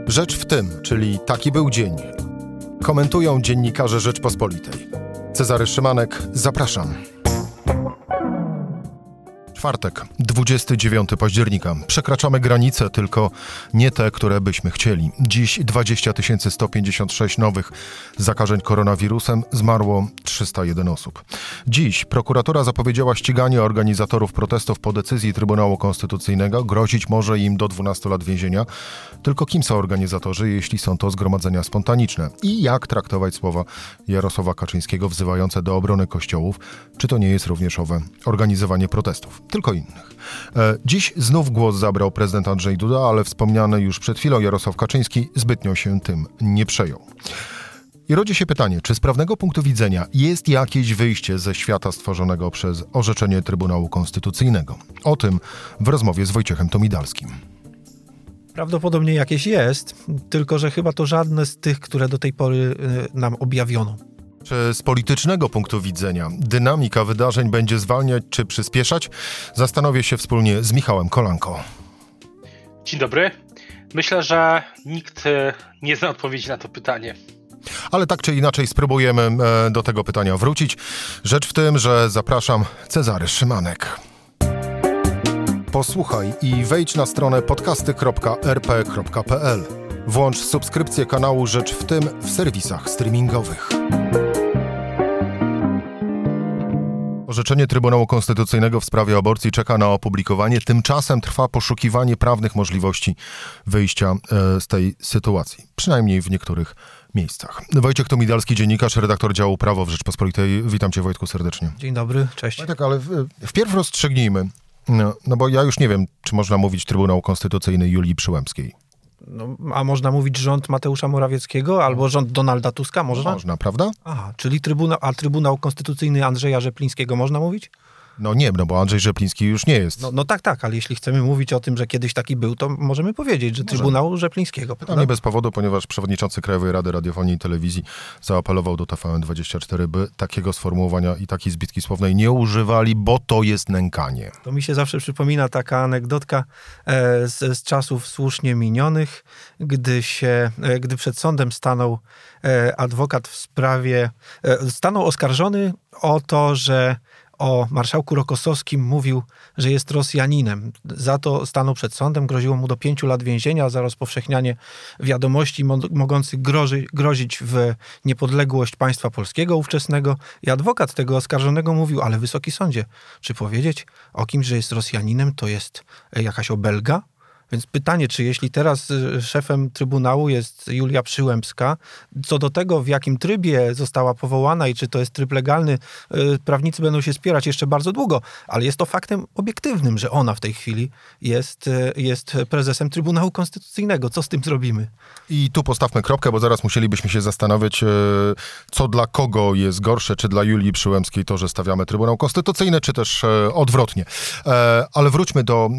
Rzecz w tym, czyli taki był dzień. Komentują dziennikarze Rzeczpospolitej. Cezary Szymanek, zapraszam. Czwartek, 29 października. Przekraczamy granice, tylko nie te, które byśmy chcieli. Dziś 20 156 nowych zakażeń koronawirusem, zmarło 301 osób. Dziś prokuratura zapowiedziała ściganie organizatorów protestów po decyzji Trybunału Konstytucyjnego. Grozić może im do 12 lat więzienia. Tylko kim są organizatorzy, jeśli są to zgromadzenia spontaniczne? I jak traktować słowa Jarosława Kaczyńskiego wzywające do obrony kościołów? Czy to nie jest również owe organizowanie protestów? Tylko innych. Dziś znów głos zabrał prezydent Andrzej Duda, ale wspomniany już przed chwilą Jarosław Kaczyński zbytnio się tym nie przejął. I rodzi się pytanie, czy z prawnego punktu widzenia jest jakieś wyjście ze świata stworzonego przez orzeczenie Trybunału Konstytucyjnego? O tym w rozmowie z Wojciechem Tomidalskim. Prawdopodobnie jakieś jest, tylko że chyba to żadne z tych, które do tej pory nam objawiono. Czy z politycznego punktu widzenia dynamika wydarzeń będzie zwalniać czy przyspieszać? Zastanowię się wspólnie z Michałem Kolanko. Dzień dobry. Myślę, że nikt nie zna odpowiedzi na to pytanie. Ale tak czy inaczej spróbujemy do tego pytania wrócić. Rzecz w tym, że zapraszam Cezary Szymanek. Posłuchaj i wejdź na stronę podcasty.rp.pl. Włącz subskrypcję kanału Rzecz w tym w serwisach streamingowych. Orzeczenie Trybunału Konstytucyjnego w sprawie aborcji czeka na opublikowanie. Tymczasem trwa poszukiwanie prawnych możliwości wyjścia z tej sytuacji. Przynajmniej w niektórych miejscach. Wojciech Tomidalski, dziennikarz, redaktor działu Prawo w Rzeczpospolitej. Witam cię, Wojtku, serdecznie. Dzień dobry, cześć. Wojtek, ale wpierw rozstrzygnijmy, no bo ja już nie wiem, czy można mówić Trybunał Konstytucyjny Julii Przyłębskiej. No, a można mówić rząd Mateusza Morawieckiego albo rząd Donalda Tuska? Można? Można, prawda? Aha, czyli Trybunał Konstytucyjny Andrzeja Rzeplińskiego można mówić? No nie, no bo Andrzej Rzepliński już nie jest. No tak, ale jeśli chcemy mówić o tym, że kiedyś taki był, to możemy powiedzieć, że Trybunał Rzeplińskiego. Pytam nie bez powodu, ponieważ przewodniczący Krajowej Rady Radiofonii i Telewizji zaapelował do TVN24, by takiego sformułowania i takiej zbitki słownej nie używali, bo to jest nękanie. To mi się zawsze przypomina taka anegdotka z czasów słusznie minionych, gdy przed sądem stanął adwokat w sprawie, stanął oskarżony o to, że o marszałku Rokosowskim mówił, że jest Rosjaninem. Za to stanął przed sądem, groziło mu do 5 lat więzienia za rozpowszechnianie wiadomości mogących grozić w niepodległość państwa polskiego ówczesnego. I adwokat tego oskarżonego mówił, ale Wysoki Sądzie, czy powiedzieć o kimś, że jest Rosjaninem, to jest jakaś obelga? Więc pytanie, czy jeśli teraz szefem Trybunału jest Julia Przyłębska, co do tego, w jakim trybie została powołana i czy to jest tryb legalny, prawnicy będą się spierać jeszcze bardzo długo, ale jest to faktem obiektywnym, że ona w tej chwili jest prezesem Trybunału Konstytucyjnego. Co z tym zrobimy? I tu postawmy kropkę, bo zaraz musielibyśmy się zastanowić, co dla kogo jest gorsze, czy dla Julii Przyłębskiej to, że stawiamy Trybunał Konstytucyjny, czy też odwrotnie. Ale wróćmy do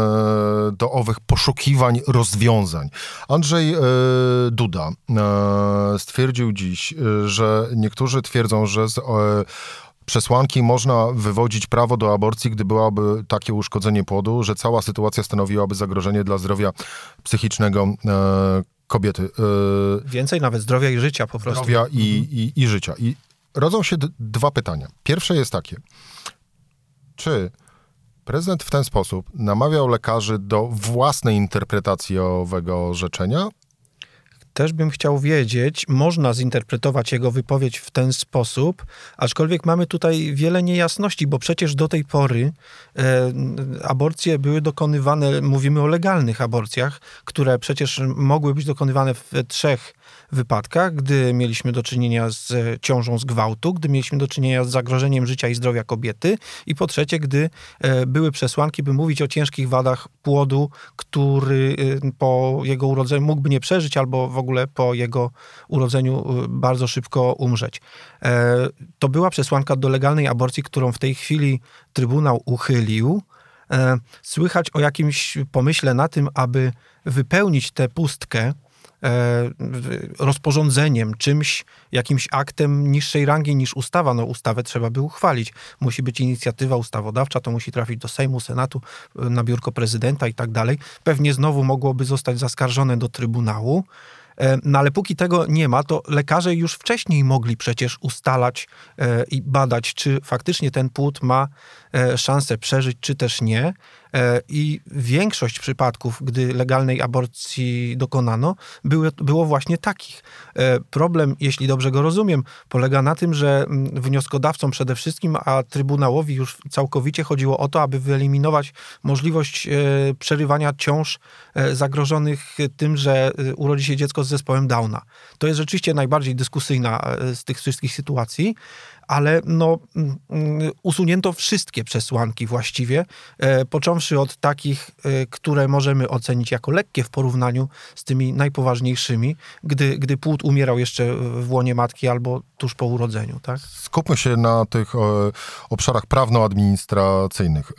owych poszukiwań rozwiązań. Andrzej Duda stwierdził dziś, że niektórzy twierdzą, że z przesłanki można wywodzić prawo do aborcji, gdy byłaby takie uszkodzenie płodu, że cała sytuacja stanowiłaby zagrożenie dla zdrowia psychicznego kobiety. Więcej nawet zdrowia i życia po prostu. Zdrowia i życia. I rodzą się dwa pytania. Pierwsze jest takie. Czy prezydent w ten sposób namawiał lekarzy do własnej interpretacji owego orzeczenia? Też bym chciał wiedzieć, można zinterpretować jego wypowiedź w ten sposób, aczkolwiek mamy tutaj wiele niejasności, bo przecież do tej pory aborcje były dokonywane, mówimy o legalnych aborcjach, które przecież mogły być dokonywane w 3 wypadkach, gdy mieliśmy do czynienia z ciążą z gwałtu, gdy mieliśmy do czynienia z zagrożeniem życia i zdrowia kobiety i po trzecie, gdy były przesłanki, by mówić o ciężkich wadach płodu, który po jego urodzeniu mógłby nie przeżyć albo w ogóle po jego urodzeniu bardzo szybko umrzeć. To była przesłanka do legalnej aborcji, którą w tej chwili Trybunał uchylił. Słychać o jakimś pomyśle na tym, aby wypełnić tę pustkę rozporządzeniem, czymś, jakimś aktem niższej rangi niż ustawa. No ustawę trzeba by uchwalić. Musi być inicjatywa ustawodawcza, to musi trafić do Sejmu, Senatu, na biurko prezydenta i tak dalej. Pewnie znowu mogłoby zostać zaskarżone do Trybunału. No ale póki tego nie ma, to lekarze już wcześniej mogli przecież ustalać i badać, czy faktycznie ten płód ma szansę przeżyć, czy też nie. I większość przypadków, gdy legalnej aborcji dokonano, było właśnie takich. Problem, jeśli dobrze go rozumiem, polega na tym, że wnioskodawcom przede wszystkim, a Trybunałowi już całkowicie chodziło o to, aby wyeliminować możliwość przerywania ciąż zagrożonych tym, że urodzi się dziecko z zespołem Downa. To jest rzeczywiście najbardziej dyskusyjna z tych wszystkich sytuacji, ale usunięto wszystkie przesłanki właściwie, począwszy od takich, które możemy ocenić jako lekkie w porównaniu z tymi najpoważniejszymi, gdy płód umierał jeszcze w łonie matki albo tuż po urodzeniu. Tak? Skupmy się na tych obszarach prawno-administracyjnych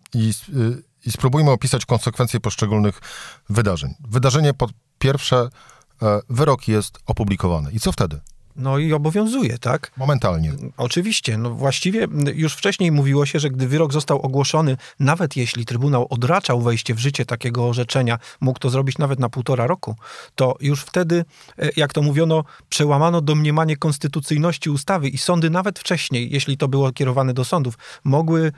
i spróbujmy opisać konsekwencje poszczególnych wydarzeń. Wydarzenie po pierwsze, wyrok jest opublikowany. I co wtedy? No i obowiązuje, tak? Momentalnie. Oczywiście. No właściwie już wcześniej mówiło się, że gdy wyrok został ogłoszony, nawet jeśli Trybunał odraczał wejście w życie takiego orzeczenia, mógł to zrobić nawet na 1,5 roku, to już wtedy, jak to mówiono, przełamano domniemanie konstytucyjności ustawy i sądy nawet wcześniej, jeśli to było kierowane do sądów, mogły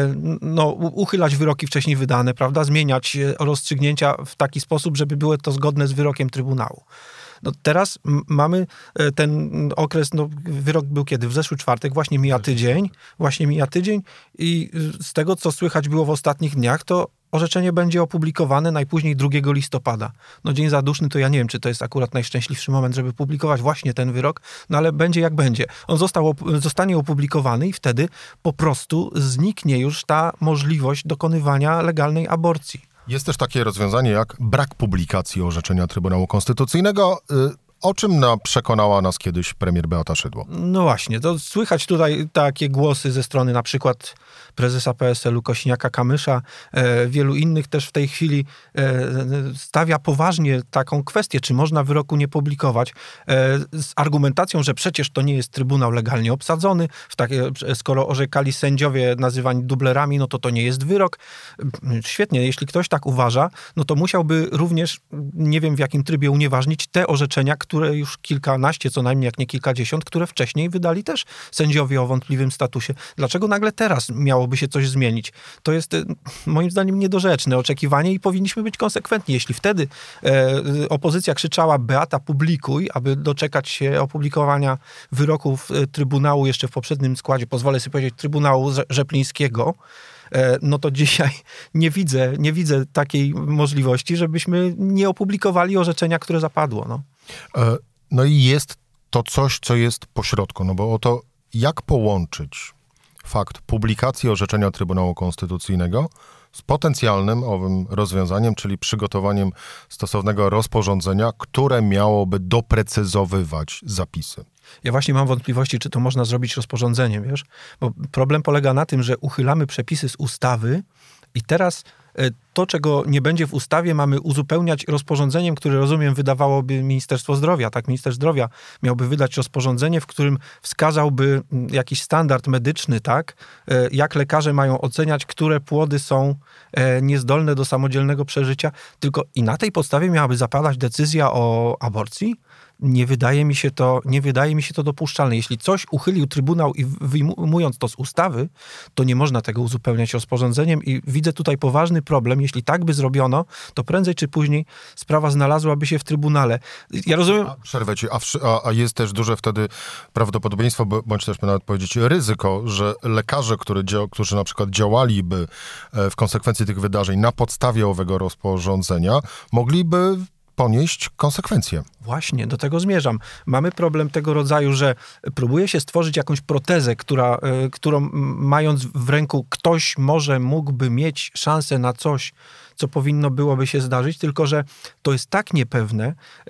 uchylać wyroki wcześniej wydane, prawda? Zmieniać rozstrzygnięcia w taki sposób, żeby było to zgodne z wyrokiem Trybunału. No teraz mamy ten okres, wyrok był kiedy? W zeszły czwartek, właśnie mija tydzień i z tego, co słychać było w ostatnich dniach, to orzeczenie będzie opublikowane najpóźniej 2 listopada. No dzień zaduszny, to ja nie wiem, czy to jest akurat najszczęśliwszy moment, żeby publikować właśnie ten wyrok, no ale będzie jak będzie. On zostanie opublikowany i wtedy po prostu zniknie już ta możliwość dokonywania legalnej aborcji. Jest też takie rozwiązanie jak brak publikacji orzeczenia Trybunału Konstytucyjnego, o czym przekonała nas kiedyś premier Beata Szydło. No właśnie, to słychać tutaj takie głosy ze strony na przykład prezesa PSL-u Kosiniaka-Kamysza, wielu innych też w tej chwili stawia poważnie taką kwestię, czy można wyroku nie publikować, z argumentacją, że przecież to nie jest Trybunał legalnie obsadzony, skoro orzekali sędziowie nazywani dublerami, no to nie jest wyrok. Świetnie, jeśli ktoś tak uważa, no to musiałby również, nie wiem w jakim trybie unieważnić te orzeczenia, które już kilkanaście, co najmniej jak nie kilkadziesiąt, które wcześniej wydali też sędziowie o wątpliwym statusie. Dlaczego nagle teraz miałoby się coś zmienić? To jest moim zdaniem niedorzeczne oczekiwanie i powinniśmy być konsekwentni. Jeśli wtedy opozycja krzyczała Beata publikuj, aby doczekać się opublikowania wyroków Trybunału jeszcze w poprzednim składzie, pozwolę sobie powiedzieć Trybunału Rzeplińskiego, no to dzisiaj nie widzę takiej możliwości, żebyśmy nie opublikowali orzeczenia, które zapadło. No i jest to coś, co jest pośrodku, no bo oto jak połączyć fakt publikacji orzeczenia Trybunału Konstytucyjnego z potencjalnym owym rozwiązaniem, czyli przygotowaniem stosownego rozporządzenia, które miałoby doprecyzowywać zapisy. Ja właśnie mam wątpliwości, czy to można zrobić rozporządzeniem, wiesz? Bo problem polega na tym, że uchylamy przepisy z ustawy i teraz to, czego nie będzie w ustawie, mamy uzupełniać rozporządzeniem, które, rozumiem, wydawałoby Ministerstwo Zdrowia. Tak, minister zdrowia miałby wydać rozporządzenie, w którym wskazałby jakiś standard medyczny, tak, jak lekarze mają oceniać, które płody są niezdolne do samodzielnego przeżycia, tylko i na tej podstawie miałaby zapadać decyzja o aborcji. Nie wydaje mi się to dopuszczalne. Jeśli coś uchylił Trybunał i wyjmując to z ustawy, to nie można tego uzupełniać rozporządzeniem i widzę tutaj poważny problem. Jeśli tak by zrobiono, to prędzej czy później sprawa znalazłaby się w Trybunale. Ja rozumiem... Przerwę ci, a jest też duże wtedy prawdopodobieństwo, bądź też nawet powiedzieć ryzyko, że lekarze, którzy na przykład działaliby w konsekwencji tych wydarzeń na podstawie owego rozporządzenia, mogliby ponieść konsekwencje. Właśnie, do tego zmierzam. Mamy problem tego rodzaju, że próbuje się stworzyć jakąś protezę, którą mając w ręku ktoś mógłby mieć szansę na coś, co powinno byłoby się zdarzyć, tylko że to jest tak niepewne.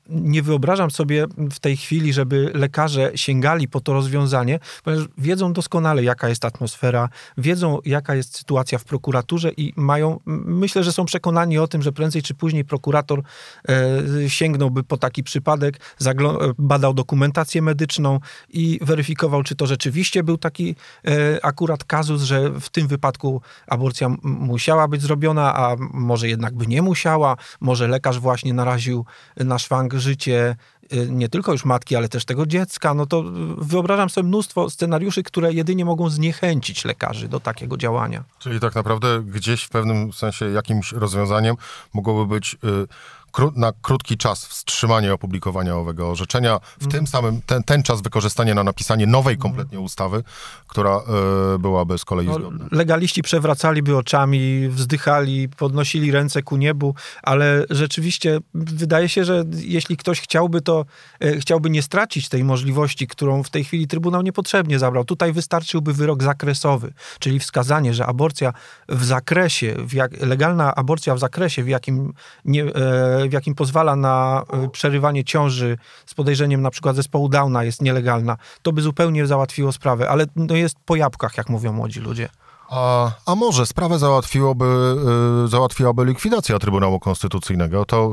nie wyobrażam sobie w tej chwili, żeby lekarze sięgali po to rozwiązanie, ponieważ wiedzą doskonale, jaka jest atmosfera, wiedzą, jaka jest sytuacja w prokuraturze i myślę, że są przekonani o tym, że prędzej czy później prokurator sięgnąłby po taki przypadek, badał dokumentację medyczną i weryfikował, czy to rzeczywiście był taki akurat kazus, że w tym wypadku aborcja musiała być zrobiona, a może jednak by nie musiała, może lekarz właśnie naraził na szwank życie nie tylko już matki, ale też tego dziecka, no to wyobrażam sobie mnóstwo scenariuszy, które jedynie mogą zniechęcić lekarzy do takiego działania. Czyli tak naprawdę gdzieś w pewnym sensie jakimś rozwiązaniem mogłoby być na krótki czas wstrzymanie opublikowania owego orzeczenia, w tym samym ten czas wykorzystanie na napisanie nowej kompletnie ustawy, która byłaby z kolei zgodna. Legaliści przewracaliby oczami, wzdychali, podnosili ręce ku niebu, ale rzeczywiście wydaje się, że jeśli ktoś chciałby nie stracić tej możliwości, którą w tej chwili Trybunał niepotrzebnie zabrał. Tutaj wystarczyłby wyrok zakresowy, czyli wskazanie, że aborcja w zakresie, legalna aborcja w zakresie, w jakim pozwala na przerywanie ciąży z podejrzeniem na przykład zespołu Downa jest nielegalna, to by zupełnie załatwiło sprawę, ale no jest po jabłkach, jak mówią młodzi ludzie. A może sprawę załatwiłaby likwidacja Trybunału Konstytucyjnego. To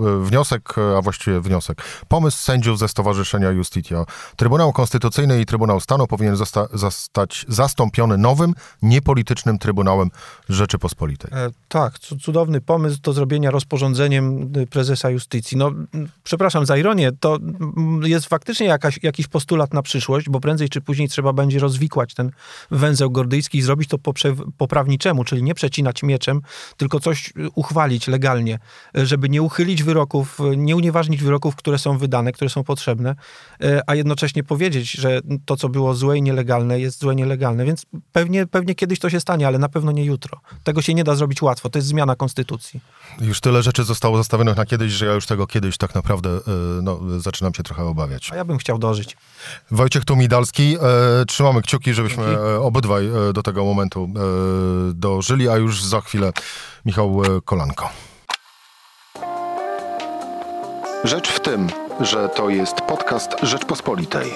pomysł sędziów ze Stowarzyszenia Justitia. Trybunał Konstytucyjny i Trybunał Stanu powinien zostać zastąpiony nowym, niepolitycznym Trybunałem Rzeczypospolitej. Tak, cudowny pomysł do zrobienia rozporządzeniem prezesa Justicji. No, przepraszam za ironię, to jest faktycznie jakiś postulat na przyszłość, bo prędzej czy później trzeba będzie rozwikłać ten węzeł gordyjski i zrobić to po prawniczemu, czyli nie przecinać mieczem, tylko coś uchwalić legalnie, żeby nie uchylić wyroków, nie unieważnić wyroków, które są wydane, które są potrzebne, a jednocześnie powiedzieć, że to, co było złe i nielegalne, jest złe i nielegalne. Więc pewnie kiedyś to się stanie, ale na pewno nie jutro. Tego się nie da zrobić łatwo. To jest zmiana konstytucji. Już tyle rzeczy zostało zostawionych na kiedyś, że ja już tego kiedyś tak naprawdę zaczynam się trochę obawiać. A ja bym chciał dożyć. Wojciech Tumidalski, trzymamy kciuki, żebyśmy obydwaj do tego momentu dożyli, a już za chwilę Michał Kolanko. Rzecz w tym, że to jest podcast Rzeczpospolitej.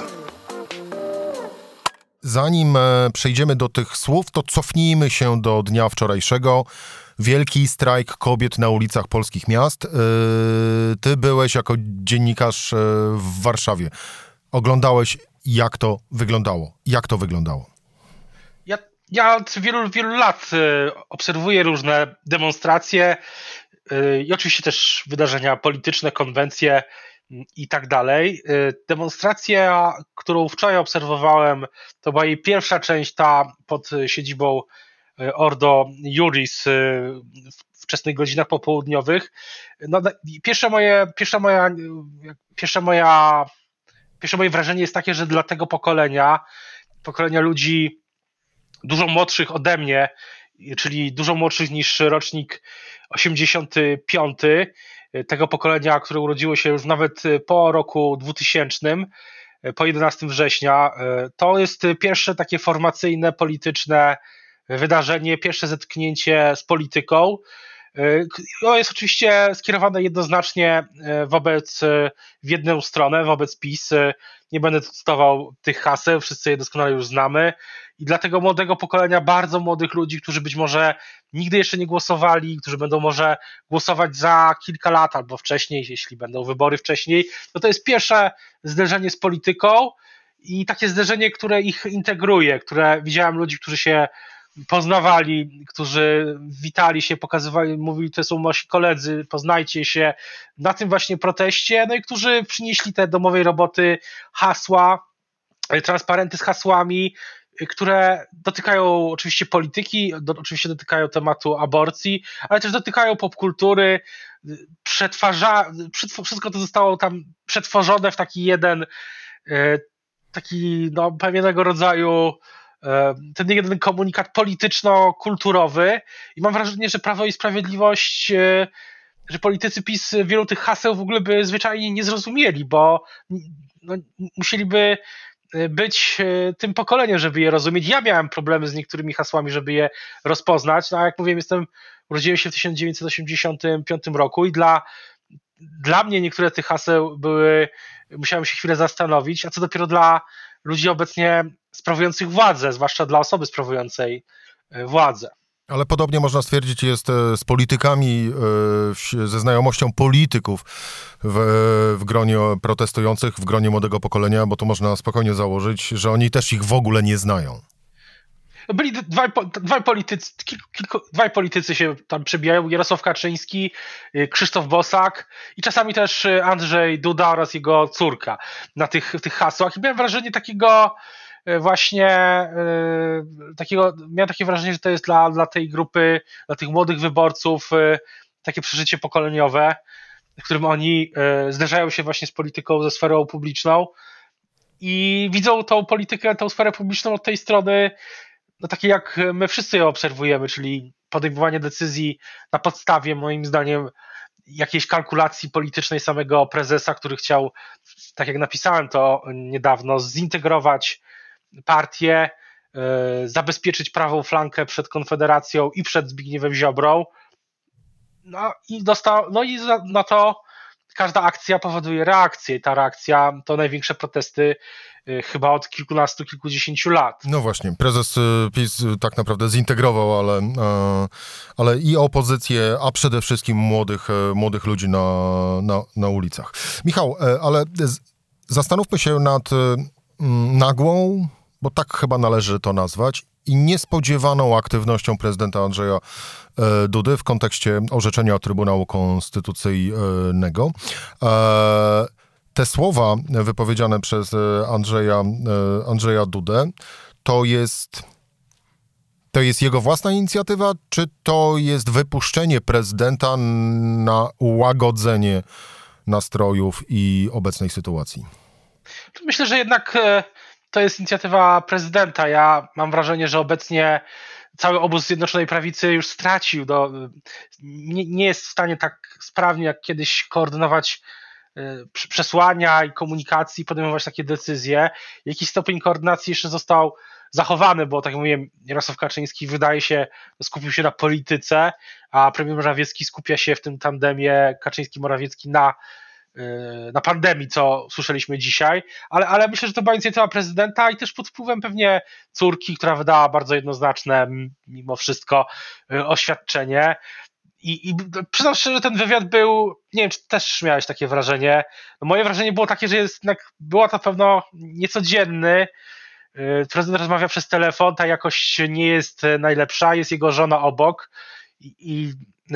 Zanim przejdziemy do tych słów, to cofnijmy się do dnia wczorajszego. Wielki strajk kobiet na ulicach polskich miast. Ty byłeś jako dziennikarz w Warszawie. Oglądałeś, jak to wyglądało. Jak to wyglądało? Ja od wielu lat obserwuję różne demonstracje i oczywiście też wydarzenia polityczne, konwencje i tak dalej. Demonstracja, którą wczoraj obserwowałem, to była jej pierwsza część, ta pod siedzibą Ordo Iuris w wczesnych godzinach popołudniowych. No, pierwsze moje wrażenie jest takie, że dla tego pokolenia ludzi dużo młodszych ode mnie, czyli dużo młodszych niż rocznik 85, tego pokolenia, które urodziło się już nawet po roku 2000, po 11 września, to jest pierwsze takie formacyjne, polityczne wydarzenie, pierwsze zetknięcie z polityką. To jest oczywiście skierowane jednoznacznie w jedną stronę, wobec PiS. Nie będę cytował tych haseł, wszyscy je doskonale już znamy. I dla tego młodego pokolenia, bardzo młodych ludzi, którzy być może nigdy jeszcze nie głosowali, którzy będą może głosować za kilka lat albo wcześniej, jeśli będą wybory wcześniej, to jest pierwsze zderzenie z polityką i takie zderzenie, które ich integruje, które widziałem ludzi, którzy się poznawali, którzy witali się, pokazywali, mówili, to są nasi koledzy, poznajcie się na tym właśnie proteście, no i którzy przynieśli te domowej roboty hasła, transparenty z hasłami, które dotykają oczywiście polityki, oczywiście dotykają tematu aborcji, ale też dotykają popkultury, wszystko to zostało tam przetworzone w taki jeden, pewnego rodzaju ten jeden komunikat polityczno-kulturowy i mam wrażenie, że Prawo i Sprawiedliwość, że politycy PiS wielu tych haseł w ogóle by zwyczajnie nie zrozumieli, bo musieliby być tym pokoleniem, żeby je rozumieć. Ja miałem problemy z niektórymi hasłami, żeby je rozpoznać, a jak mówiłem, urodziłem się w 1985 roku i dla dla mnie niektóre z tych haseł musiałem się chwilę zastanowić, a co dopiero dla ludzi obecnie sprawujących władzę, zwłaszcza dla osoby sprawującej władzę. Ale podobnie można stwierdzić jest z politykami, ze znajomością polityków w gronie protestujących, w gronie młodego pokolenia, bo to można spokojnie założyć, że oni też ich w ogóle nie znają. Byli dwaj politycy się tam przebijają, Jarosław Kaczyński, Krzysztof Bosak i czasami też Andrzej Duda oraz jego córka na tych hasłach. I miałem wrażenie miałem takie wrażenie, że to jest dla tej grupy, dla tych młodych wyborców takie przeżycie pokoleniowe, w którym oni zderzają się właśnie z polityką, ze sferą publiczną i widzą tą politykę, tą sferę publiczną od tej strony, no takie jak my wszyscy ją obserwujemy, czyli podejmowanie decyzji na podstawie, moim zdaniem, jakiejś kalkulacji politycznej samego prezesa, który chciał, tak jak napisałem to niedawno, zintegrować partię, zabezpieczyć prawą flankę przed Konfederacją i przed Zbigniewem Ziobrą. Na to każda akcja powoduje reakcję i ta reakcja to największe protesty chyba od kilkunastu, kilkudziesięciu lat. No właśnie, prezes PiS tak naprawdę zintegrował, ale i opozycję, a przede wszystkim młodych ludzi na ulicach. Michał, ale zastanówmy się nad nagłą, bo tak chyba należy to nazwać, i niespodziewaną aktywnością prezydenta Andrzeja Dudy w kontekście orzeczenia Trybunału Konstytucyjnego. Te słowa wypowiedziane przez Andrzeja Dudę, to jest jego własna inicjatywa, czy to jest wypuszczenie prezydenta na ułagodzenie nastrojów i obecnej sytuacji? Myślę, że jednak to jest inicjatywa prezydenta. Ja mam wrażenie, że obecnie cały obóz Zjednoczonej Prawicy już stracił, nie jest w stanie tak sprawnie jak kiedyś koordynować przesłania i komunikacji, podejmować takie decyzje. Jakiś stopień koordynacji jeszcze został zachowany, bo tak jak mówiłem, Jarosław Kaczyński wydaje się, skupił się na polityce, a premier Morawiecki skupia się w tym tandemie Kaczyński-Morawiecki na pandemii, co słyszeliśmy dzisiaj, ale myślę, że to była inicjatywa prezydenta i też pod wpływem pewnie córki, która wydała bardzo jednoznaczne mimo wszystko oświadczenie. I przyznam szczerze, że ten wywiad był, nie wiem, czy też miałeś takie wrażenie. No moje wrażenie było takie, że była to pewno niecodzienny. Prezydent rozmawia przez telefon, ta jakość nie jest najlepsza, jest jego żona obok i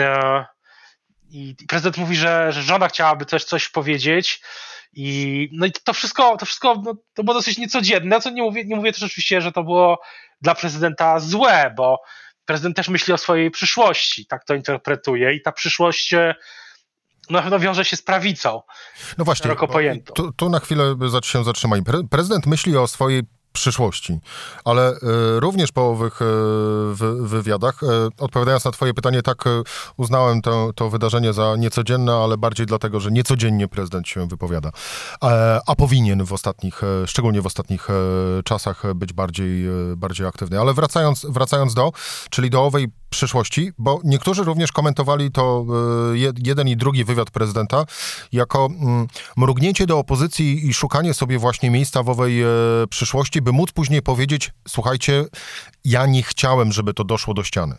prezydent mówi, że żona chciałaby też coś powiedzieć i to wszystko to było dosyć niecodzienne, co nie mówię też oczywiście, że to było dla prezydenta złe, bo prezydent też myśli o swojej przyszłości, tak to interpretuje i ta przyszłość na pewno wiąże się z prawicą. No właśnie, szeroko pojętą. Tu na chwilę się zatrzymajmy. Prezydent myśli o swojej przyszłości, ale również po owych wywiadach, odpowiadając na twoje pytanie, tak uznałem to wydarzenie za niecodzienne, ale bardziej dlatego, że niecodziennie prezydent się wypowiada. A powinien szczególnie w ostatnich czasach być bardziej aktywny. Ale wracając czyli do owej przyszłości, bo niektórzy również komentowali to jeden i drugi wywiad prezydenta jako mrugnięcie do opozycji i szukanie sobie właśnie miejsca w owej przyszłości, by móc później powiedzieć, słuchajcie, ja nie chciałem, żeby to doszło do ściany.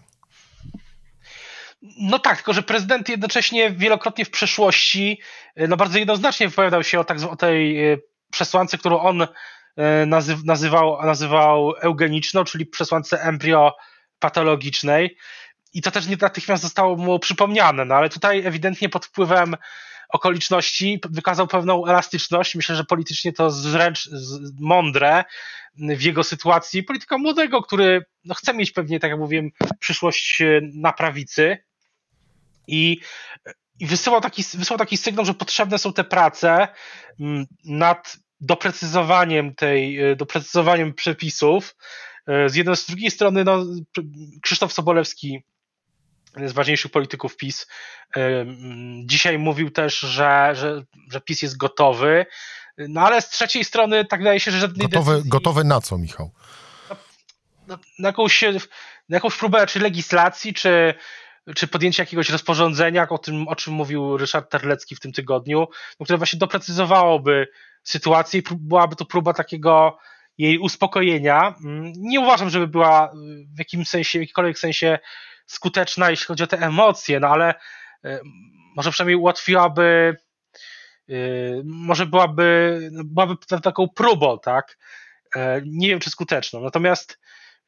No tak, tylko że prezydent jednocześnie wielokrotnie w przeszłości bardzo jednoznacznie wypowiadał się o tej przesłance, którą on nazywał eugeniczną, czyli przesłance embriopatologicznej. I to też nie natychmiast zostało mu przypomniane, no ale tutaj ewidentnie pod wpływem okoliczności wykazał pewną elastyczność. Myślę, że politycznie to mądre w jego sytuacji. Polityka młodego, który chce mieć pewnie, tak jak mówiłem, przyszłość na prawicy i wysyłał taki sygnał, że potrzebne są te prace nad doprecyzowaniem przepisów. Z drugiej strony Krzysztof Sobolewski, jeden z ważniejszych polityków PiS, dzisiaj mówił też, że PiS jest gotowy, no ale z trzeciej strony tak wydaje się, że żadnej decyzji... Gotowy na co, Michał? Na jakąś próbę czy legislacji, czy czy podjęcie jakiegoś rozporządzenia, o czym mówił Ryszard Terlecki w tym tygodniu, które właśnie doprecyzowałoby sytuację i byłaby to próba takiego jej uspokojenia. Nie uważam, żeby była w jakikolwiek sensie skuteczna, jeśli chodzi o te emocje, no ale może przynajmniej ułatwiłaby, może byłaby taką próbą, tak? Nie wiem, czy skuteczną. Natomiast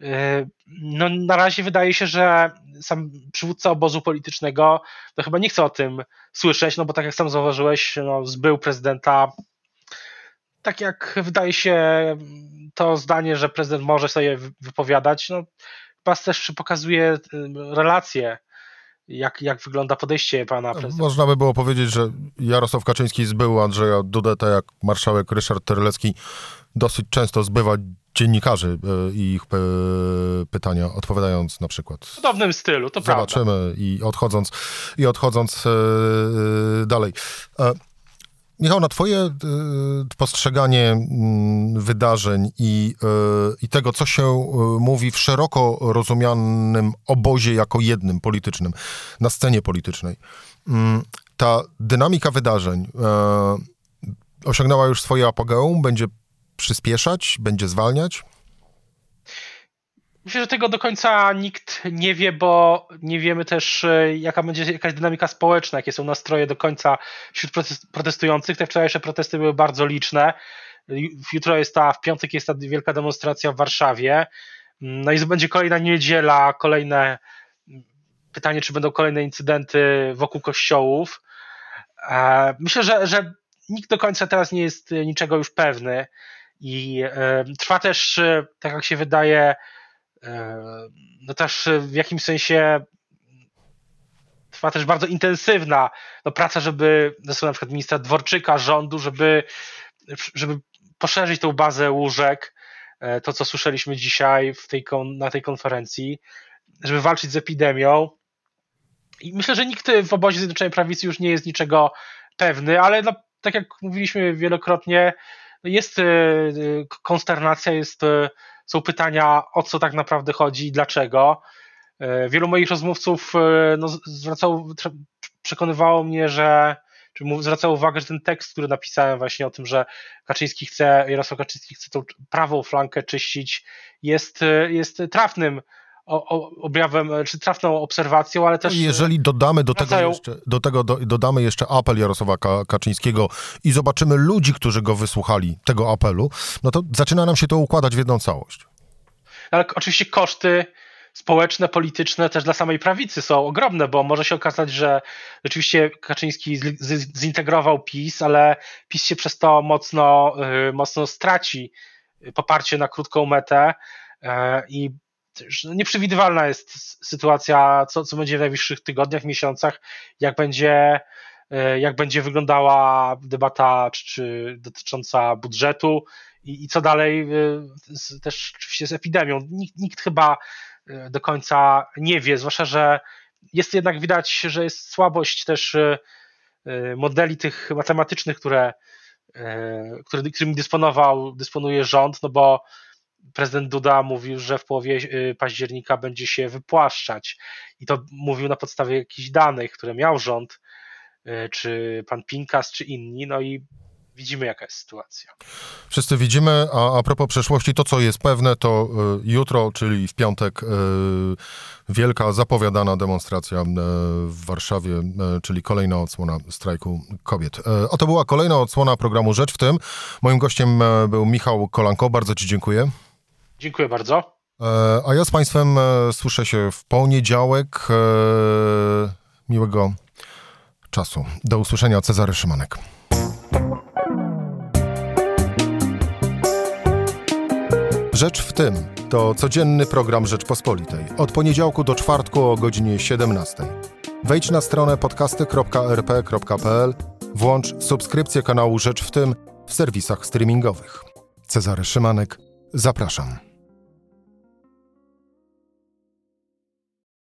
no, na razie wydaje się, że sam przywódca obozu politycznego to chyba nie chce o tym słyszeć, no bo tak jak sam zauważyłeś, no, zbył prezydenta. Tak jak wydaje się to zdanie, że prezydent może sobie wypowiadać, no chyba też pokazuje relacje, jak wygląda podejście pana prezydenta. Można by było powiedzieć, że Jarosław Kaczyński zbył Andrzeja Dudę, tak jak marszałek Ryszard Terlecki dosyć często zbywa dziennikarzy i ich pytania, odpowiadając na przykład. W podobnym stylu, to Zobaczymy prawda. i odchodząc dalej. Michał, na twoje postrzeganie wydarzeń i tego, co się mówi w szeroko rozumianym obozie jako jednym politycznym, na scenie politycznej, ta dynamika wydarzeń osiągnęła już swoje apogeum, będzie przyspieszać, będzie zwalniać? Myślę, że tego do końca nikt nie wie, bo nie wiemy też, jaka będzie jakaś dynamika społeczna, jakie są nastroje do końca wśród protestujących. Te wczorajsze protesty były bardzo liczne. W piątek jest ta wielka demonstracja w Warszawie. No i będzie kolejna niedziela, kolejne pytanie, czy będą kolejne incydenty wokół kościołów. Myślę, że nikt do końca teraz nie jest niczego już pewny i trwa też, tak jak się wydaje, no też w jakimś sensie trwa też bardzo intensywna praca, żeby na przykład ministra Dworczyka, rządu, żeby poszerzyć tą bazę łóżek, to co słyszeliśmy dzisiaj na tej konferencji, żeby walczyć z epidemią. I myślę, że nikt w obozie Zjednoczonej Prawicy już nie jest niczego pewny, ale no, tak jak mówiliśmy wielokrotnie, jest konsternacja, są pytania, o co tak naprawdę chodzi i dlaczego. Wielu moich rozmówców przekonywało mnie, czy zwracało uwagę, że ten tekst, który napisałem właśnie o tym, że Jarosław Kaczyński chce tą prawą flankę czyścić, jest trafnym objawem, czy trafną obserwacją, ale też... Jeżeli dodamy jeszcze apel Jarosława Kaczyńskiego i zobaczymy ludzi, którzy go wysłuchali, tego apelu, no to zaczyna nam się to układać w jedną całość. Ale oczywiście koszty społeczne, polityczne też dla samej prawicy są ogromne, bo może się okazać, że rzeczywiście Kaczyński zintegrował PiS, ale PiS się przez to mocno straci poparcie na krótką metę i nieprzewidywalna jest sytuacja, co będzie w najbliższych tygodniach, miesiącach, jak będzie wyglądała debata czy dotycząca budżetu i co dalej też oczywiście z epidemią. Nikt chyba do końca nie wie, zwłaszcza, że jest jednak widać, że jest słabość też modeli tych matematycznych, którymi dysponuje rząd, no bo prezydent Duda mówił, że w połowie października będzie się wypłaszczać i to mówił na podstawie jakichś danych, które miał rząd, czy pan Pinkas, czy inni, no i widzimy, jaka jest sytuacja. Wszyscy widzimy, a propos przeszłości, to co jest pewne, to jutro, czyli w piątek, wielka zapowiadana demonstracja w Warszawie, czyli kolejna odsłona strajku kobiet. Oto była kolejna odsłona programu Rzecz w tym. Moim gościem był Michał Kolanko. Bardzo ci dziękuję. Dziękuję bardzo. A ja z państwem słyszę się w poniedziałek. Miłego czasu. Do usłyszenia. Cezary Szymanek. Rzecz w tym to codzienny program Rzeczpospolitej. Od poniedziałku do czwartku o godzinie 17. Wejdź na stronę podcasty.rp.pl, włącz subskrypcję kanału Rzecz w tym w serwisach streamingowych. Cezary Szymanek, zapraszam.